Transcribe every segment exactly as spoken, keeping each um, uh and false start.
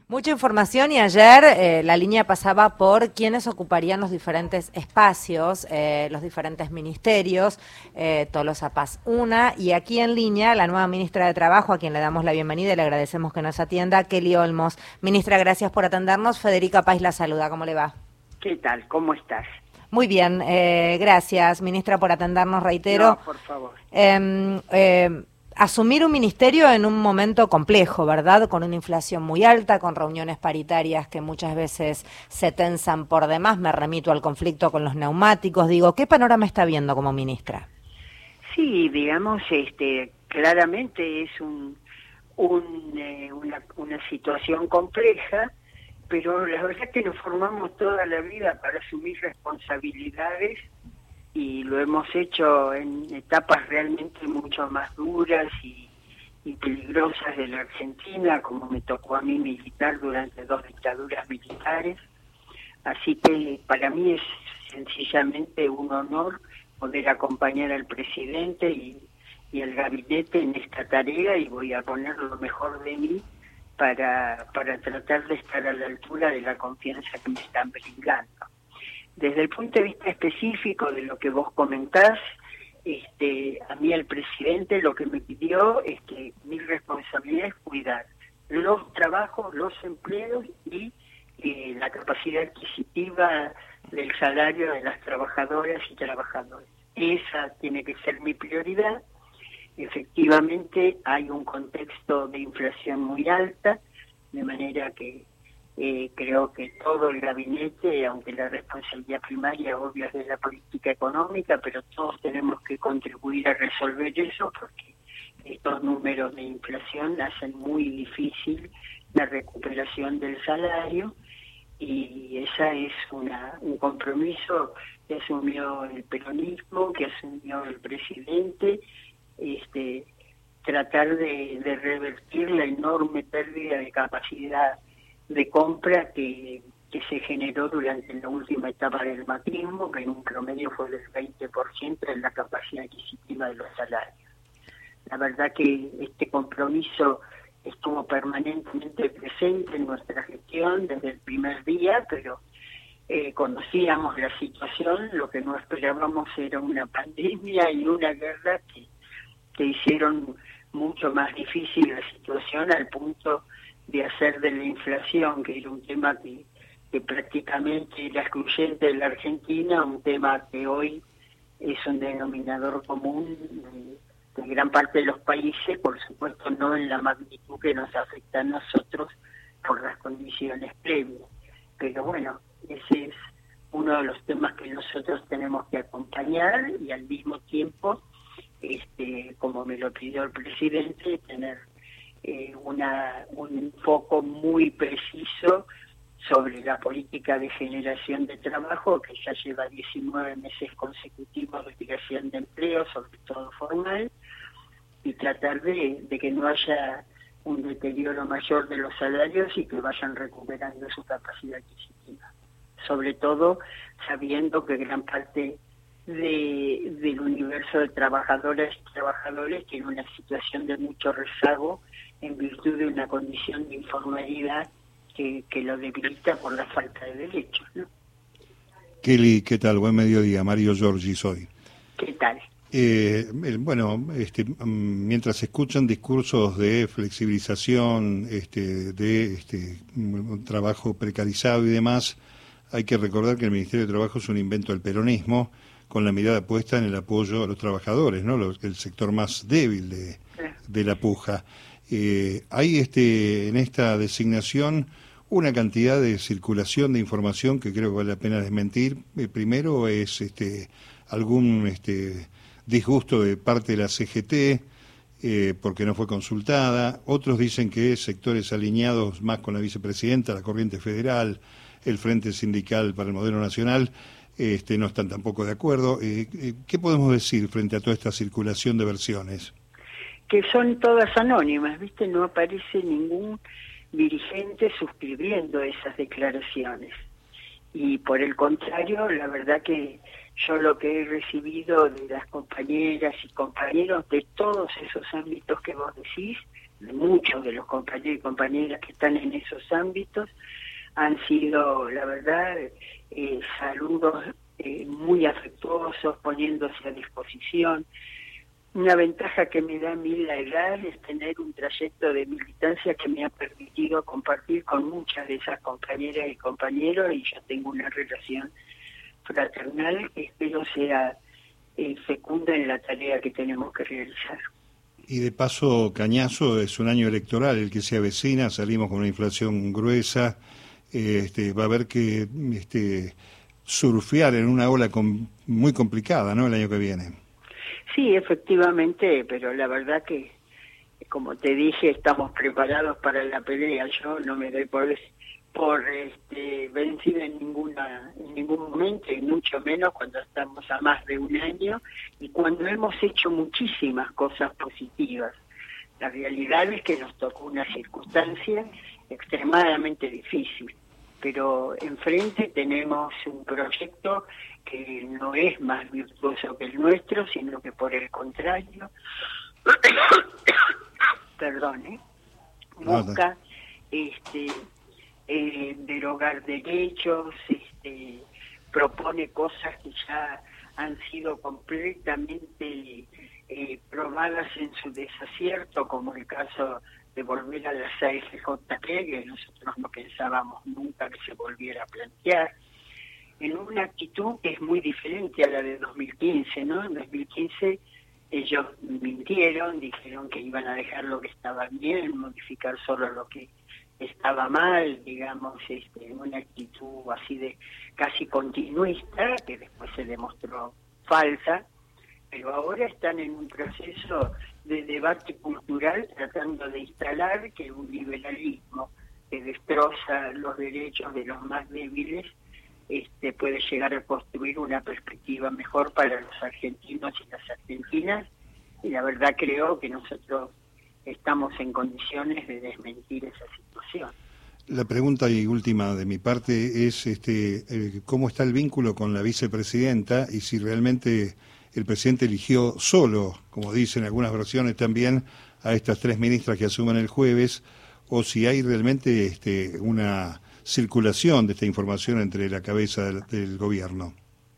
Mucha información y ayer eh, la línea pasaba por quiénes ocuparían los diferentes espacios, eh, los diferentes ministerios, eh, Tolosa Paz una, y aquí en línea la nueva ministra de Trabajo, a quien le damos la bienvenida y le agradecemos que nos atienda, Kelly Olmos. Ministra, gracias por atendernos. Federica País la saluda. ¿Cómo le va? ¿Qué tal? ¿Cómo estás? Muy bien, eh, gracias, ministra, por atendernos, reitero. No, por favor. Eh, eh, Asumir un ministerio en un momento complejo, ¿verdad? Con una inflación muy alta, con reuniones paritarias que muchas veces se tensan por demás. Me remito al conflicto con los neumáticos. Digo, ¿qué panorama está viendo como ministra? Sí, digamos, este, claramente es un, un, eh, una, una situación compleja, pero la verdad es que nos formamos toda la vida para asumir responsabilidades y lo hemos hecho en etapas realmente mucho más duras y, y peligrosas de la Argentina, como me tocó a mí militar durante dos dictaduras militares. Así que para mí es sencillamente un honor poder acompañar al presidente y, y al gabinete en esta tarea, y voy a poner lo mejor de mí para, para tratar de estar a la altura de la confianza que me están brindando. Desde el punto de vista específico de lo que vos comentás, este, a mí el presidente lo que me pidió es que mi responsabilidad es cuidar los trabajos, los empleos y eh, la capacidad adquisitiva del salario de las trabajadoras y trabajadores. Esa tiene que ser mi prioridad. Efectivamente hay un contexto de inflación muy alta, de manera que Eh, creo que todo el gabinete, aunque la responsabilidad primaria obvio es de la política económica, pero todos tenemos que contribuir a resolver eso, porque estos números de inflación hacen muy difícil la recuperación del salario, y esa es una, un compromiso que asumió el peronismo, que asumió el presidente, este, tratar de, de revertir la enorme pérdida de capacidad de compra que, que se generó durante la última etapa del macrismo, que en un promedio fue del veinte por ciento en la capacidad adquisitiva de los salarios. La verdad que este compromiso estuvo permanentemente presente en nuestra gestión desde el primer día, pero eh, conocíamos la situación, lo que no esperábamos era una pandemia y una guerra que, que hicieron mucho más difícil la situación, al punto de hacer de la inflación, que era un tema que, que prácticamente era excluyente de la Argentina, un tema que hoy es un denominador común de, de gran parte de los países, por supuesto no en la magnitud que nos afecta a nosotros por las condiciones previas. Pero bueno, ese es uno de los temas que nosotros tenemos que acompañar, y al mismo tiempo, este, como me lo pidió el presidente, tener Eh, una, un foco muy preciso sobre la política de generación de trabajo, que ya lleva diecinueve meses consecutivos de creación de empleo, sobre todo formal, y tratar de, de que no haya un deterioro mayor de los salarios y que vayan recuperando su capacidad adquisitiva. Sobre todo sabiendo que gran parte de, del universo de trabajadoras y trabajadores tiene una situación de mucho rezago en virtud de una condición de informalidad que, que lo debilita por la falta de derechos, ¿no? Kelly, ¿qué tal? Buen mediodía. Mario Giorgi soy. ¿Qué tal? Eh, bueno, este, mientras se escuchan discursos de flexibilización, este, de este, un trabajo precarizado y demás, hay que recordar que el Ministerio de Trabajo es un invento del peronismo, con la mirada puesta en el apoyo a los trabajadores, ¿no? Los, el sector más débil de, de la puja. Eh, hay este en esta designación una cantidad de circulación de información que creo que vale la pena desmentir. Eh, primero es este algún este disgusto de parte de la C G T eh, porque no fue consultada. Otros dicen que sectores alineados más con la vicepresidenta, la Corriente Federal, el Frente Sindical para el Modelo Nacional, este, no están tampoco de acuerdo. Eh, eh, ¿Qué podemos decir frente a toda esta circulación de versiones? Que son todas anónimas, ¿viste? No aparece ningún dirigente suscribiendo esas declaraciones. Y por el contrario, la verdad que yo lo que he recibido de las compañeras y compañeros de todos esos ámbitos que vos decís de muchos de los compañeros y compañeras que están en esos ámbitos, han sido, la verdad, eh, saludos eh, muy afectuosos, poniéndose a disposición. Una ventaja que me da a mí la edad es tener un trayecto de militancia que me ha permitido compartir con muchas de esas compañeras y compañeros, y yo tengo una relación fraternal que espero sea eh, fecunda en la tarea que tenemos que realizar. Y de paso, Cañazo, es un año electoral el que se avecina, salimos con una inflación gruesa, eh, este, va a haber que este, surfear en una ola con, muy complicada, ¿no?, el año que viene. Sí, efectivamente, pero la verdad que, como te dije, estamos preparados para la pelea. Yo no me doy por por este, vencida en ninguna en ningún momento, y mucho menos cuando estamos a más de un año y cuando hemos hecho muchísimas cosas positivas. La realidad es que nos tocó una circunstancia extremadamente difícil, pero enfrente tenemos un proyecto que no es más virtuoso que el nuestro, sino que por el contrario, perdón, ¿eh? busca este eh, derogar derechos, este, propone cosas que ya han sido completamente eh, probadas en su desacierto, como el caso de volver a las A F J P, que nosotros no pensábamos nunca que se volviera a plantear, en una actitud que es muy diferente a la de dos mil quince, ¿no? En dos mil quince ellos mintieron, dijeron que iban a dejar lo que estaba bien, modificar solo lo que estaba mal, digamos, este, en una actitud así de casi continuista, que después se demostró falsa, pero ahora están en un proceso de debate cultural tratando de instalar que un liberalismo que destroza los derechos de los más débiles este, puede llegar a construir una perspectiva mejor para los argentinos y las argentinas, y la verdad creo que nosotros estamos en condiciones de desmentir esa situación. La pregunta y última de mi parte es este, eh, ¿cómo está el vínculo con la vicepresidenta y si realmente el presidente eligió solo, como dicen algunas versiones también, a estas tres ministras que asumen el jueves, o si hay realmente este, una circulación de esta información entre la cabeza del, del gobierno?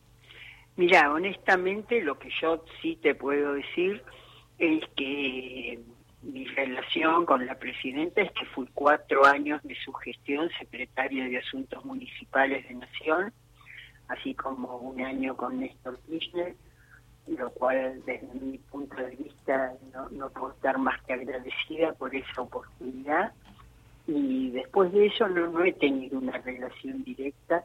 Mira, honestamente lo que yo sí te puedo decir es que mi relación con la presidenta es que fui cuatro años de su gestión secretaria de Asuntos Municipales de Nación, así como un año con Néstor Kirchner, lo cual desde mi punto de vista no, no puedo estar más que agradecida por esa oportunidad. Y después de eso no, no he tenido una relación directa,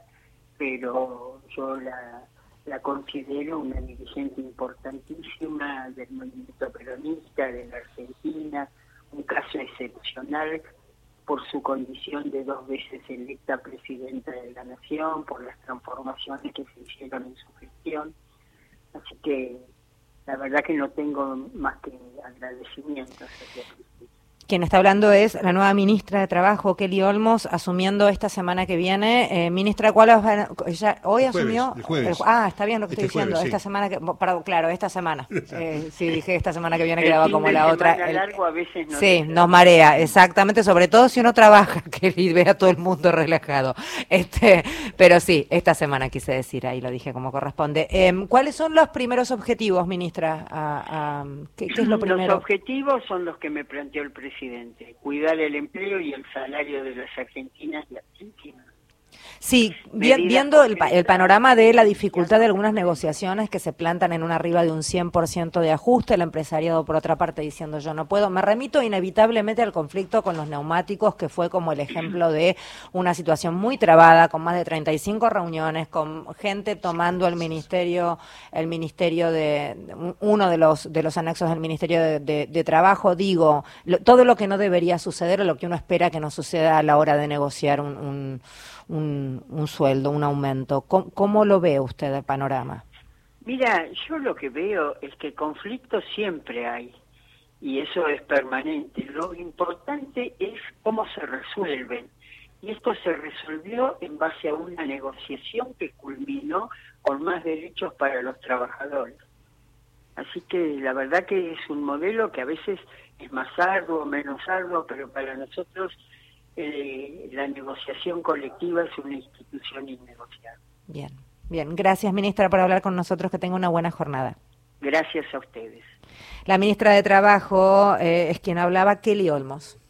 pero yo la, la considero una dirigente importantísima del movimiento peronista de la Argentina, un caso excepcional por su condición de dos veces electa presidenta de la Nación, por las transformaciones que se hicieron en su gestión. Así que la verdad que no tengo más que agradecimientos hacia Cristina. Quien está hablando es la nueva ministra de Trabajo, Kelly Olmos, asumiendo esta semana que viene. Eh, ministra, ¿cuál es? Ella hoy el asumió. Jueves, el jueves. El, ah, está bien lo que este estoy diciendo. Jueves, esta sí. semana que, perdón, claro, esta semana. Eh, sí, dije esta semana que viene El quedaba fin como de la otra. semana El, largo a veces no sí, deja. nos marea, exactamente, sobre todo si uno trabaja, que ve a todo el mundo relajado. Este, pero sí, esta semana quise decir, ahí lo dije como corresponde. Eh, ¿Cuáles son los primeros objetivos, ministra? A, a, ¿qué, ¿Qué es lo primero? Los objetivos son los que me planteó el presidente: cuidar el empleo y el salario de las argentinas y argentinos. Sí, vi, viendo el, el panorama de la dificultad de algunas negociaciones que se plantan en un arriba de un cien por ciento de ajuste, el empresariado por otra parte diciendo yo no puedo, me remito inevitablemente al conflicto con los neumáticos, que fue como el ejemplo de una situación muy trabada, con más de treinta y cinco reuniones, con gente tomando el ministerio, el ministerio de, uno de los de los anexos del Ministerio de, de, de Trabajo, digo, lo, todo lo que no debería suceder o lo que uno espera que no suceda a la hora de negociar un, un Un, un sueldo, un aumento. ¿Cómo, ¿Cómo lo ve usted el panorama? Mira, yo lo que veo es que conflictos siempre hay, y eso es permanente. Lo importante es cómo se resuelven, y esto se resolvió en base a una negociación que culminó con más derechos para los trabajadores. Así que la verdad que es un modelo que a veces es más arduo, menos arduo, pero para nosotros eh, la negociación colectiva es una institución innegociable. Bien, bien. Gracias, ministra, por hablar con nosotros. Que tenga una buena jornada. Gracias a ustedes. La ministra de Trabajo eh, es quien hablaba, Kelly Olmos.